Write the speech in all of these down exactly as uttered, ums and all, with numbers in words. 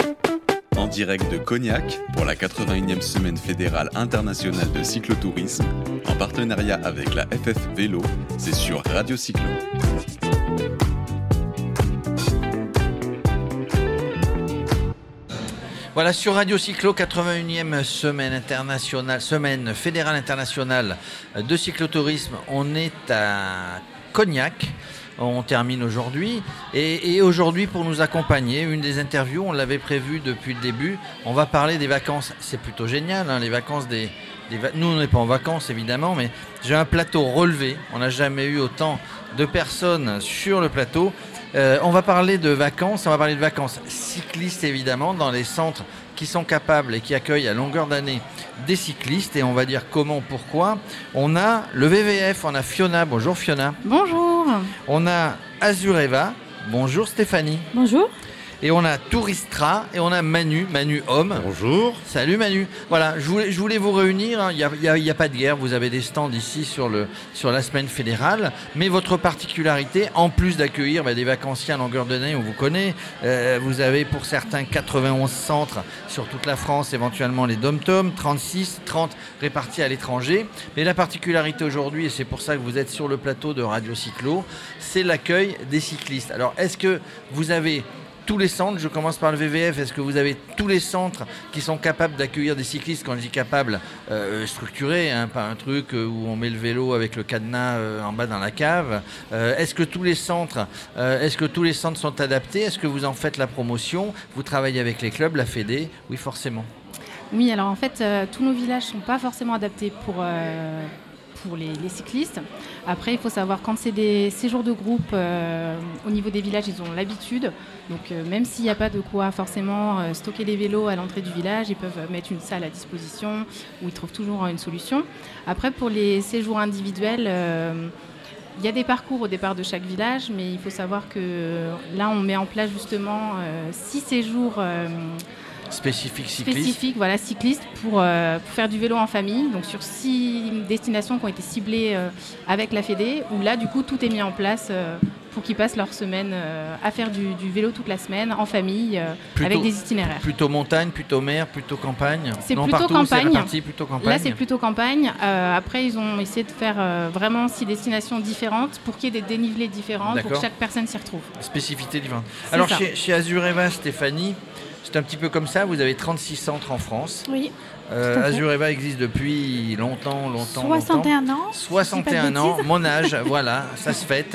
En direct de Cognac pour la quatre-vingt-unième semaine fédérale internationale de cyclotourisme, en partenariat avec la F F Vélo, c'est sur Radio Cyclo. Voilà, sur Radio Cyclo, quatre-vingt-unième semaine internationale, semaine fédérale internationale de cyclotourisme. On est à Cognac. On termine aujourd'hui. Et, et aujourd'hui, pour nous accompagner, une des interviews, on l'avait prévu depuis le début. On va parler des vacances. C'est plutôt génial, hein, les vacances des, des... Nous, on n'est pas en vacances, évidemment, mais j'ai un plateau relevé. On n'a jamais eu autant de personnes sur le plateau. Euh, on va parler de vacances. On va parler de vacances cyclistes, évidemment, dans les centres qui sont capables et qui accueillent à longueur d'année des cyclistes. Et on va dire comment, pourquoi. On a le V V F, on a Fiona. Bonjour Fiona. Bonjour. On a Azureva. Bonjour Stéphanie. Bonjour. Et on a Touristra et on a Manu, Manu Homme. Bonjour. Salut Manu. Voilà, je voulais, je voulais vous réunir. Il n'y a, il y a, il y a pas de guerre. Vous avez des stands ici sur, le, sur la semaine fédérale. Mais votre particularité, en plus d'accueillir bah, des vacanciers à longueur d'année, on vous connaît. Euh, vous avez pour certains quatre-vingt-onze centres sur toute la France, éventuellement les dom-toms, trente-six, trente répartis à l'étranger. Mais la particularité aujourd'hui, et c'est pour ça que vous êtes sur le plateau de Radio Cyclo, c'est l'accueil des cyclistes. Alors, est-ce que vous avez tous les centres, je commence par le V V F, est-ce que vous avez tous les centres qui sont capables d'accueillir des cyclistes, quand je dis capables, euh, structurés, hein, pas un truc où on met le vélo avec le cadenas euh, en bas dans la cave. Euh, est-ce que tous les centres, euh, est-ce que tous les centres sont adaptés? Est-ce que vous en faites la promotion? Vous travaillez avec les clubs, la Fédé? Oui, forcément. Oui, alors en fait, euh, tous nos villages ne sont pas forcément adaptés pour... Euh pour les, les cyclistes. Après, il faut savoir, quand c'est des séjours de groupe, euh, au niveau des villages, ils ont l'habitude. Donc, euh, même s'il n'y a pas de quoi forcément euh, stocker les vélos à l'entrée du village, ils peuvent mettre une salle à disposition où ils trouvent toujours une solution. Après, pour les séjours individuels, euh, il y a des parcours au départ de chaque village, mais il faut savoir que là, on met en place justement euh, six séjours euh, Spécifique cycliste. Spécifique, voilà, cycliste pour, euh, pour faire du vélo en famille. Donc sur six destinations qui ont été ciblées euh, avec la Fédé, où là, du coup, tout est mis en place euh, pour qu'ils passent leur semaine euh, à faire du, du vélo toute la semaine, en famille, euh, plutôt, avec des itinéraires. Plutôt montagne, plutôt mer, plutôt campagne? C'est non, plutôt partout, campagne. C'est réparti, plutôt campagne. Là, c'est plutôt campagne. Euh, après, ils ont essayé de faire euh, vraiment six destinations différentes pour qu'il y ait des dénivelés différents, D'accord. pour que chaque personne s'y retrouve. Spécificité différente. C'est Alors, ça. chez, chez Azureva, Stéphanie, c'est un petit peu comme ça, vous avez trente-six centres en France. Oui. Euh, Azureva existe depuis longtemps, longtemps, soixante et un longtemps. ans. soixante et un ans, mon âge, voilà, ça se fête.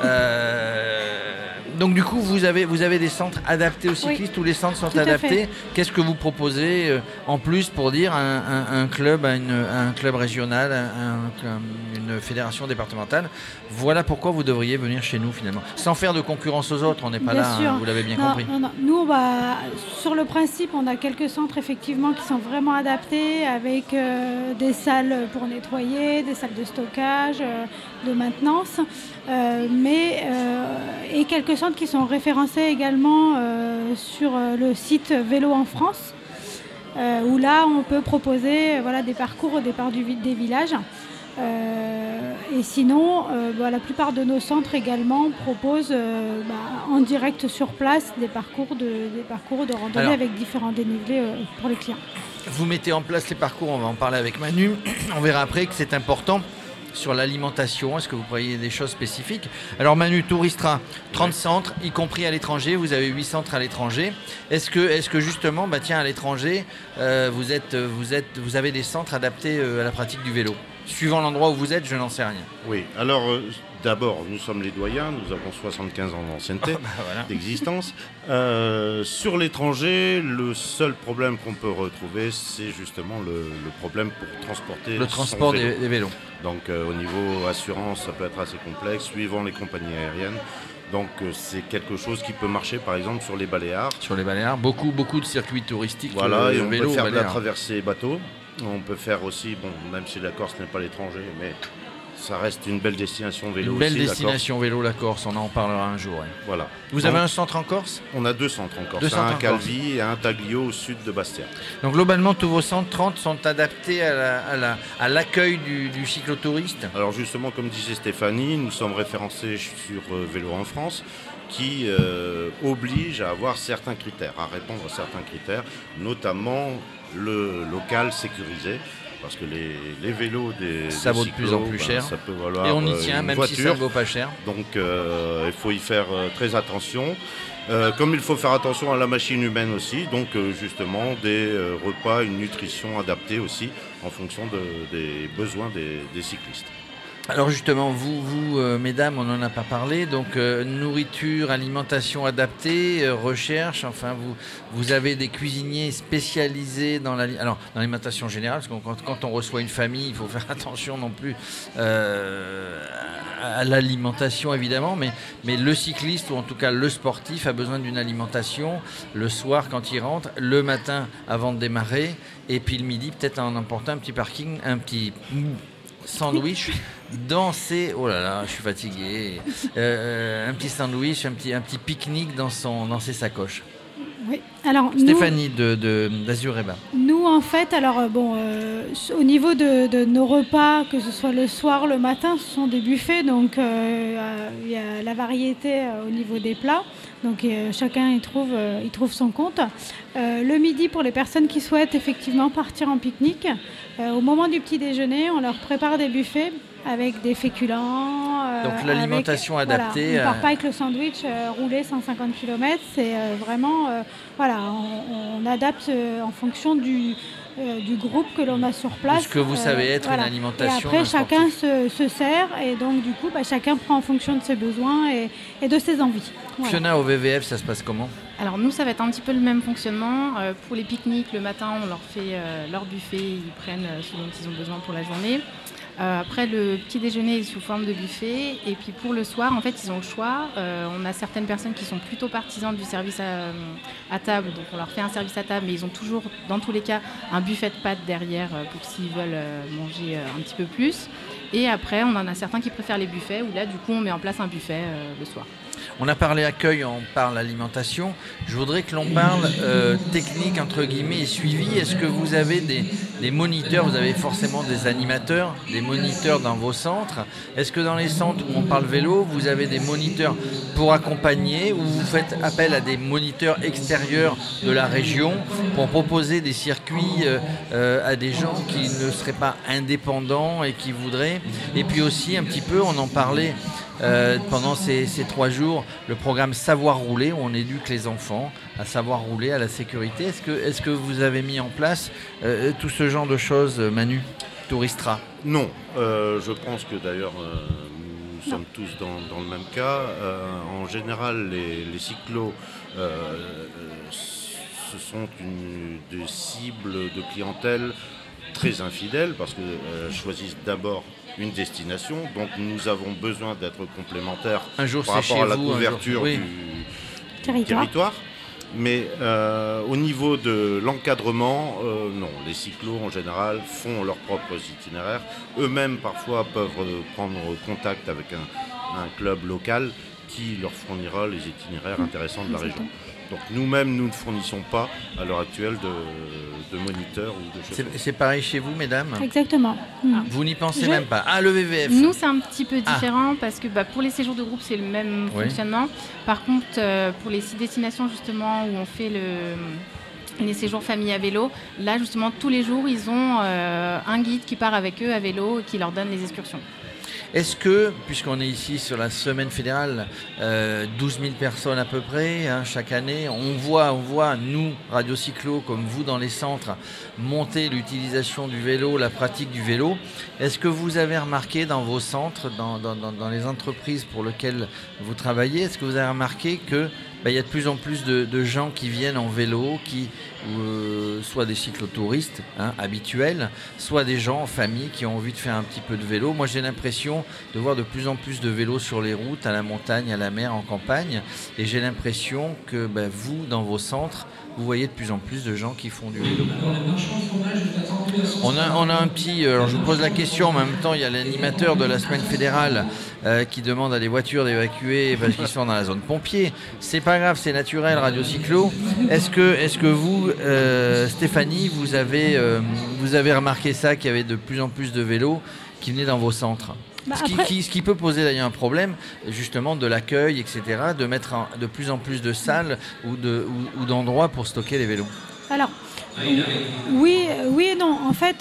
Euh, donc du coup, vous avez, vous avez des centres adaptés aux cyclistes, oui. Tous les centres sont Tout adaptés. Qu'est-ce que vous proposez euh, en plus pour dire un, un, un club, à une, un club régional, un, un, une fédération départementale? Voilà pourquoi vous devriez venir chez nous finalement. Sans faire de concurrence aux autres, on n'est pas bien là, hein, vous l'avez bien non, compris. Non, non. Nous, on va, sur le principe, on a quelques centres effectivement qui sont vraiment adaptés avec euh, des salles pour nettoyer, des salles de stockage, euh, de maintenance, euh, mais, euh, et quelques centres qui sont référencés également euh, sur le site Vélo en France, euh, où là, on peut proposer euh, voilà, des parcours au départ du, des villages. Euh, et sinon, euh, bah, la plupart de nos centres également proposent euh, bah, en direct sur place des parcours de, des parcours de randonnée. Alors, avec différents dénivelés euh, pour les clients. Vous mettez en place les parcours, on va en parler avec Manu. On verra après que c'est important sur l'alimentation. Est-ce que vous voyez des choses spécifiques? Alors Manu, Touristra, trente centres, y compris à l'étranger. Vous avez huit centres à l'étranger. Est-ce que, est-ce que justement, bah tiens, à l'étranger, euh, vous, êtes, vous, êtes, vous avez des centres adaptés euh, à la pratique du vélo? Suivant l'endroit où vous êtes, je n'en sais rien. Oui, alors euh, d'abord, nous sommes les doyens, nous avons soixante-quinze ans d'ancienneté, oh, bah voilà. d'existence. Euh, sur l'étranger, le seul problème qu'on peut retrouver, c'est justement le, le problème pour transporter le transport vélo. Des, des vélos. Donc euh, au niveau assurance, ça peut être assez complexe, suivant les compagnies aériennes. Donc euh, c'est quelque chose qui peut marcher par exemple sur les Baléares. Sur les Baléares, beaucoup, beaucoup de circuits touristiques. Voilà, euh, et on vélo, peut faire Baléares. de la traversée bateau. On peut faire aussi, bon, même si la Corse n'est pas l'étranger, mais ça reste une belle destination vélo. Une belle aussi, destination vélo, la Corse, on en parlera un jour. Ouais. Voilà. Vous Donc, avez un centre en Corse? On a deux centres en Corse, deux centres un à Calvi et un Taglio au sud de Bastia. Donc globalement, tous vos centres trente sont adaptés à, la, à, la, à l'accueil du, du cyclotouriste? Alors justement, comme disait Stéphanie, nous sommes référencés sur euh, Vélo en France. qui euh, oblige à avoir certains critères, à répondre à certains critères, notamment le local sécurisé. Parce que les, les vélos des ça des vaut cyclos, de plus en plus ben, cher. Ça peut valoir et on y euh, tient, une même voiture. si ça ne vaut pas cher. Donc euh, il faut y faire euh, très attention. Euh, comme il faut faire attention à la machine humaine aussi, donc euh, justement des euh, repas, une nutrition adaptée aussi en fonction de, des besoins des, des cyclistes. Alors justement, vous, vous euh, mesdames, on n'en a pas parlé, donc euh, nourriture, alimentation adaptée, euh, recherche, enfin vous, vous avez des cuisiniers spécialisés dans, la, alors, dans l'alimentation générale, parce que quand, quand on reçoit une famille, il faut faire attention non plus euh, à l'alimentation évidemment, mais, mais le cycliste, ou en tout cas le sportif, a besoin d'une alimentation le soir quand il rentre, le matin avant de démarrer, et puis le midi peut-être en emportant un petit parking, un petit sandwich dans ses... Oh là là, je suis fatigué. Euh, un petit sandwich, un petit, un petit pique-nique dans, son, dans ses sacoches. Oui. Alors, Stéphanie nous, de, de, d'Azureba. Nous, en fait, alors bon, euh, au niveau de, de nos repas, que ce soit le soir, le matin, ce sont des buffets, donc il euh, y a la variété euh, au niveau des plats. Donc euh, chacun y trouve, euh, y trouve son compte. Euh, le midi, pour les personnes qui souhaitent effectivement partir en pique-nique, euh, au moment du petit déjeuner, on leur prépare des buffets avec des féculents. Euh, Donc l'alimentation avec, adaptée. Voilà, on ne part pas avec le sandwich euh, roulé cent cinquante kilomètres. C'est euh, vraiment, euh, voilà, on, on adapte euh, en fonction du, euh, du groupe que l'on a sur place. Ce que vous euh, savez être voilà. Une alimentation. Et après, chacun se, se sert et donc du coup, bah, chacun prend en fonction de ses besoins et, et de ses envies. Voilà. Fiona, au V V F, ça se passe comment ? Alors nous, ça va être un petit peu le même fonctionnement. Euh, pour les pique-niques, le matin, on leur fait euh, leur buffet, ils prennent euh, ce dont ils ont besoin pour la journée. Euh, après, le petit déjeuner est sous forme de buffet. Et puis pour le soir, en fait, ils ont le choix. Euh, on a certaines personnes qui sont plutôt partisans du service à, à table. Donc on leur fait un service à table, mais ils ont toujours, dans tous les cas, un buffet de pâtes derrière euh, pour s'ils veulent euh, manger euh, un petit peu plus. Et après, on en a certains qui préfèrent les buffets, où là, du coup, on met en place un buffet euh, le soir. On a parlé accueil, on parle alimentation. Je voudrais que l'on parle euh, technique, entre guillemets, et suivi. Est-ce que vous avez des, des moniteurs ? Vous avez forcément des animateurs, des moniteurs dans vos centres. Est-ce que dans les centres où on parle vélo, vous avez des moniteurs pour accompagner, ou vous faites appel à des moniteurs extérieurs de la région pour proposer des circuits euh, euh, à des gens qui ne seraient pas indépendants et qui voudraient ? Et puis aussi, un petit peu, on en parlait Euh, pendant ces, ces trois jours, le programme Savoir rouler, où on éduque les enfants à savoir rouler, à la sécurité. Est-ce que, est-ce que vous avez mis en place euh, tout ce genre de choses, Manu Touristra ? Non, euh, je pense que d'ailleurs euh, nous sommes tous dans, dans le même cas. Euh, en général, les, les cyclos, euh, ce sont une, des cibles de clientèle très infidèles parce qu'elles euh, choisissent d'abord une destination, donc nous avons besoin d'être complémentaires un jour, par rapport à la vous, couverture oui. du territoire. territoire. Mais euh, au niveau de l'encadrement, euh, non, les cyclos en général font leurs propres itinéraires. Eux-mêmes parfois peuvent prendre contact avec un, un club local qui leur fournira les itinéraires intéressants de la région. Donc nous-mêmes, nous ne fournissons pas à l'heure actuelle de, de moniteurs ou de chauffeurs. C'est, c'est pareil chez vous, mesdames ? Exactement. Ah. Vous n'y pensez Je... même pas ? Ah, le V V F. Nous, c'est un petit peu différent ah. parce que bah, pour les séjours de groupe, c'est le même oui. fonctionnement. Par contre, euh, pour les six destinations justement où on fait le... les séjours famille à vélo, là justement tous les jours ils ont euh, un guide qui part avec eux à vélo et qui leur donne les excursions. Est-ce que, puisqu'on est ici sur la semaine fédérale, euh, douze mille personnes à peu près, hein, chaque année, on voit, on voit, nous, Radio Cyclo, comme vous dans les centres, monter l'utilisation du vélo, la pratique du vélo. Est-ce que vous avez remarqué dans vos centres, dans, dans, dans, dans les entreprises pour lesquelles vous travaillez, est-ce que vous avez remarqué que bah, y a de plus en plus de, de gens qui viennent en vélo, qui euh, soit des cyclotouristes hein, habituels, soit des gens en famille qui ont envie de faire un petit peu de vélo. Moi, j'ai l'impression de voir de plus en plus de vélos sur les routes, à la montagne, à la mer, en campagne. Et j'ai l'impression que bah, vous, dans vos centres, vous voyez de plus en plus de gens qui font du vélo. On a, on a un petit... Alors, je vous pose la question, mais en même temps, il y a l'animateur de la semaine fédérale euh, qui demande à des voitures d'évacuer parce qu'ils sont dans la zone pompier. C'est pas grave, c'est naturel, Radio Cyclo. Est-ce que, est-ce que vous, euh, Stéphanie, vous avez, euh, vous avez remarqué ça, qu'il y avait de plus en plus de vélos qui venaient dans vos centres ? Bah, ce, qui, après- qui- ce qui peut poser d'ailleurs un problème, justement, de l'accueil, et cetera, de mettre en- de plus en plus de salles ou, de, ou, ou d'endroits pour stocker les vélos. Alors, oui, oui et non. En fait,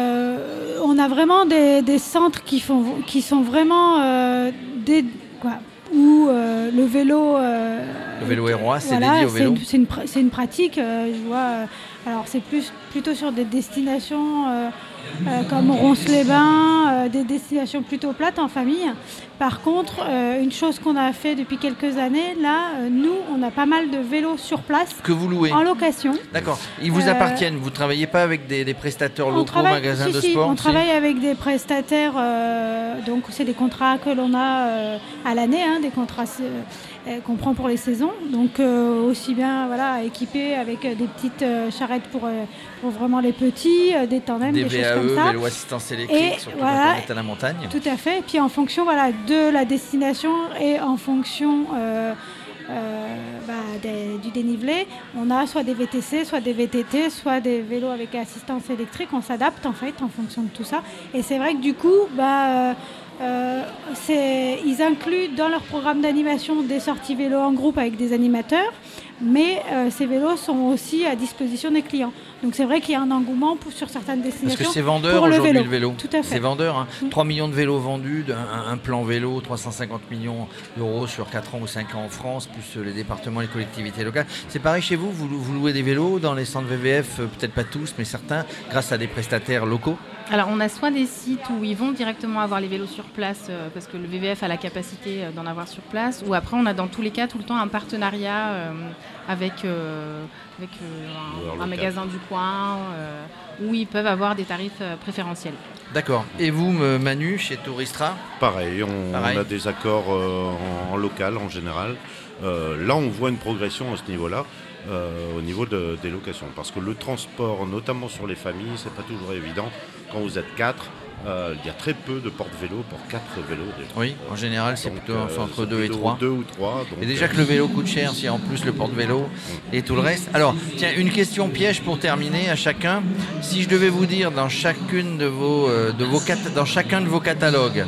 euh, on a vraiment des, des centres qui, font, qui sont vraiment euh, des, quoi, où euh, le vélo... euh, Le vélo est roi, c'est voilà, dédié au c'est vélo. une, c'est une, pr- c'est une pratique, euh, je vois. euh, alors, c'est plus, plutôt sur des destinations euh, euh, comme Ronces-les-Bains, euh, des destinations plutôt plates en famille. Par contre, euh, une chose qu'on a fait depuis quelques années, là, euh, nous, on a pas mal de vélos sur place, Que vous louez. en location. D'accord. Ils vous Euh, appartiennent. Vous ne travaillez pas avec des, des prestataires On locaux, travaille- magasins si, de si, sport on si travaille avec des prestataires, euh, donc c'est des contrats que l'on a euh, à l'année, hein, des contrats euh, qu'on prend pour les saisons. Donc euh, aussi bien voilà, équipés avec euh, des petites euh, charrettes pour, euh, pour vraiment les petits, euh, des tandems, Des des, V choses A comme E, ça. vélo assistance électrique, Et surtout voilà. quand on est à la montagne. Tout à fait. Puis en fonction voilà, de la destination et en fonction euh, euh, bah, des- du dénivelé, on a soit des V T C, soit des V T T, soit des vélos avec assistance électrique. On s'adapte en fait en fonction de tout ça. Et c'est vrai que du coup, bah, euh, c'est, ils incluent dans leur programme d'animation des sorties vélo en groupe avec des animateurs, mais euh, ces vélos sont aussi à disposition des clients. Donc c'est vrai qu'il y a un engouement pour, sur certaines Parce destinations. que c'est vendeur pour le aujourd'hui vélo. le vélo. Tout à fait. C'est vendeur. Hein. Mm. trois millions de vélos vendus, un, un plan vélo, trois cent cinquante millions d'euros sur quatre ans ou cinq ans en France, plus les départements et les collectivités locales. C'est pareil chez vous, vous, vous louez des vélos dans les centres V V F, euh, peut-être pas tous, mais certains, grâce à des prestataires locaux. Alors, on a soit des sites où ils vont directement avoir les vélos sur place euh, parce que le V V F a la capacité euh, d'en avoir sur place, ou après, on a dans tous les cas tout le temps un partenariat euh, avec, euh, avec euh, Loueur un, un local. magasin du coin euh, où ils peuvent avoir des tarifs euh, préférentiels. D'accord. Et vous, me- Manu, chez Touristra? Pareil, on, Pareil. on a des accords euh, en, en local en général. Euh, là, on voit une progression à ce niveau-là, euh, au niveau de- des locations. Parce que le transport, notamment sur les familles, c'est pas toujours évident. Quand vous êtes quatre, euh, il y a très peu de porte-vélos pour quatre vélos déjà. Oui, en général, c'est Donc, plutôt euh, entre c'est deux et plutôt trois. Deux ou trois. donc, Et déjà euh, que le vélo coûte cher, si en plus le porte-vélo et tout le reste. Alors, tiens, une question piège pour terminer à chacun. Si je devais vous dire dans chacune de vos, euh, de vos cat- dans chacun de vos catalogues,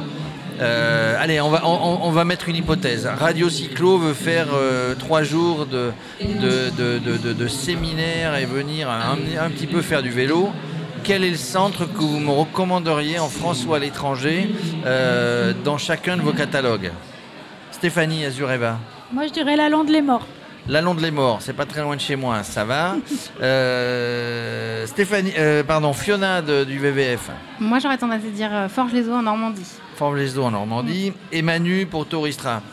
euh, allez, on va, on, on va mettre une hypothèse. Radio Cyclo veut faire euh, trois jours de, de, de, de, de- de séminaire et venir un, un petit peu faire du vélo. Quel est le centre que vous me recommanderiez en France ou à l'étranger euh, dans chacun de vos catalogues? Stéphanie Azureva. Moi, je dirais la Londe les Morts. L'Allon de les Morts, c'est pas très loin de chez moi, ça va. Euh, Stéphanie, euh, pardon, Fiona de- du V V F, Moi, j'aurais tendance à dire euh, Forges-les-Eaux en Normandie. Forges-les-Eaux en Normandie, et Manu pour Touristra.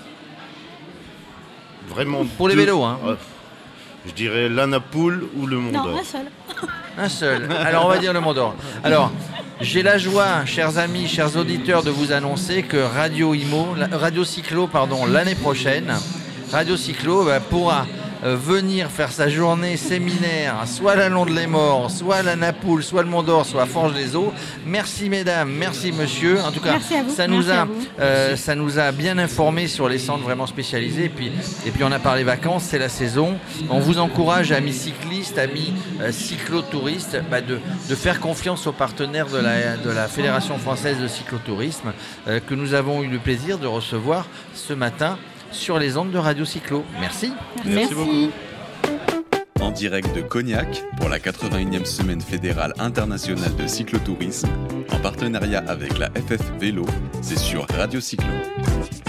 Vraiment Pour les deux- vélos, hein. euh, je dirais l'Anapoule ou le Mont Non, d'Or. un seul. Un seul. Alors on va dire le Mont d'Or. Alors, j'ai la joie, chers amis, chers auditeurs, de vous annoncer que Radio Imo, la- Radio Cyclo, pardon, l'année prochaine, Radio Cyclo bah, pourra euh, venir faire sa journée séminaire, soit à la Londe les Morts, soit à la Napoule, soit le Mont d'Or, soit à Forges-les-Eaux. Merci mesdames, merci monsieur. En tout cas, Merci à vous. ça nous Merci a, à vous. euh, ça nous a bien informés sur les centres vraiment spécialisés. Et puis, et puis on a parlé vacances, c'est la saison. On vous encourage, amis cyclistes, amis euh, cyclotouristes, bah, de, de faire confiance aux partenaires de la, de la Fédération française de cyclotourisme euh, que nous avons eu le plaisir de recevoir ce matin sur les ondes de Radio Cyclo. Merci. Merci beaucoup. En direct de Cognac pour la quatre-vingt-unième semaine fédérale internationale de cyclotourisme, en partenariat avec la F F Vélo, c'est sur Radio Cyclo.